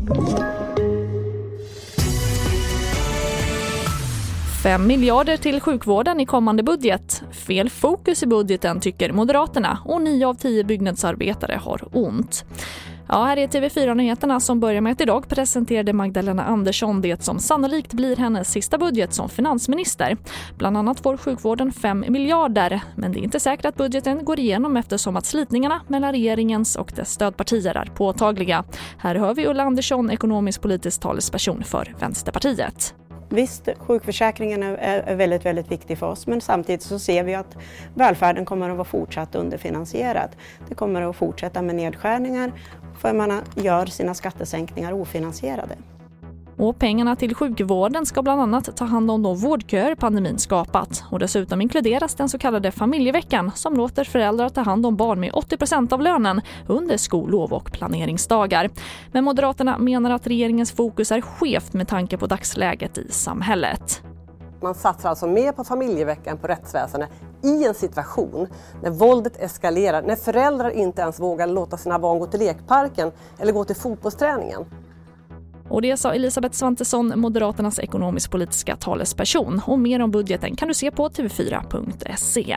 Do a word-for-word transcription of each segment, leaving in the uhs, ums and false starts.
fem miljarder till sjukvården i kommande budget. Fel fokus i budgeten tycker Moderaterna och nio av tio byggnadsarbetare har ont. Ja, här är T V fyra-nyheterna som börjar med att idag presenterade Magdalena Andersson det som sannolikt blir hennes sista budget som finansminister. Bland annat får sjukvården fem miljarder, men det är inte säkert att budgeten går igenom eftersom att slitningarna mellan regeringens och dess stödpartier är påtagliga. Här hör vi Ulla Andersson, ekonomisk-politisk talesperson för Vänsterpartiet. Visst, sjukförsäkringen är väldigt, väldigt viktig för oss, men samtidigt så ser vi att välfärden kommer att vara fortsatt underfinansierad. Det kommer att fortsätta med nedskärningar för man gör sina skattesänkningar ofinansierade. Och pengarna till sjukvården ska bland annat ta hand om de vårdköer pandemin skapat. Och dessutom inkluderas den så kallade familjeveckan som låter föräldrar ta hand om barn med åttio procent av lönen under skollov och planeringsdagar. Men Moderaterna menar att regeringens fokus är skevt med tanke på dagsläget i samhället. Man satsar alltså mer på familjeveckan på rättsväsendet i en situation när våldet eskalerar, när föräldrar inte ens vågar låta sina barn gå till lekparken eller gå till fotbollsträningen. Och det sa Elisabeth Svantesson, Moderaternas ekonomisk-politiska talesperson. Och mer om budgeten kan du se på t v fyra punkt se.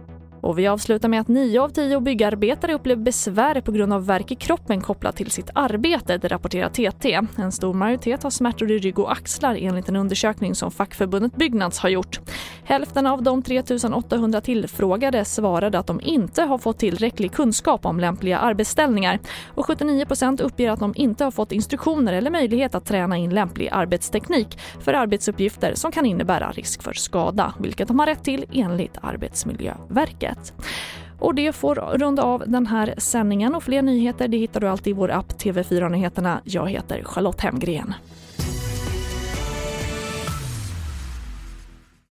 Och vi avslutar med att nio av tio byggarbetare upplever besvär på grund av värk i kroppen kopplat till sitt arbete, det rapporterar T T. En stor majoritet har smärtor i rygg och axlar enligt en undersökning som fackförbundet Byggnads har gjort. Hälften av de tre tusen åttahundra tillfrågade svarade att de inte har fått tillräcklig kunskap om lämpliga arbetsställningar. Och sjuttionio procent uppger att de inte har fått instruktioner eller möjlighet att träna in lämplig arbetsteknik för arbetsuppgifter som kan innebära risk för skada, vilket de har rätt till enligt Arbetsmiljöverket. Och det får runda av den här sändningen, och fler nyheter det hittar du alltid i vår app T V fyra-nyheterna. Jag heter Charlotte Hemgren.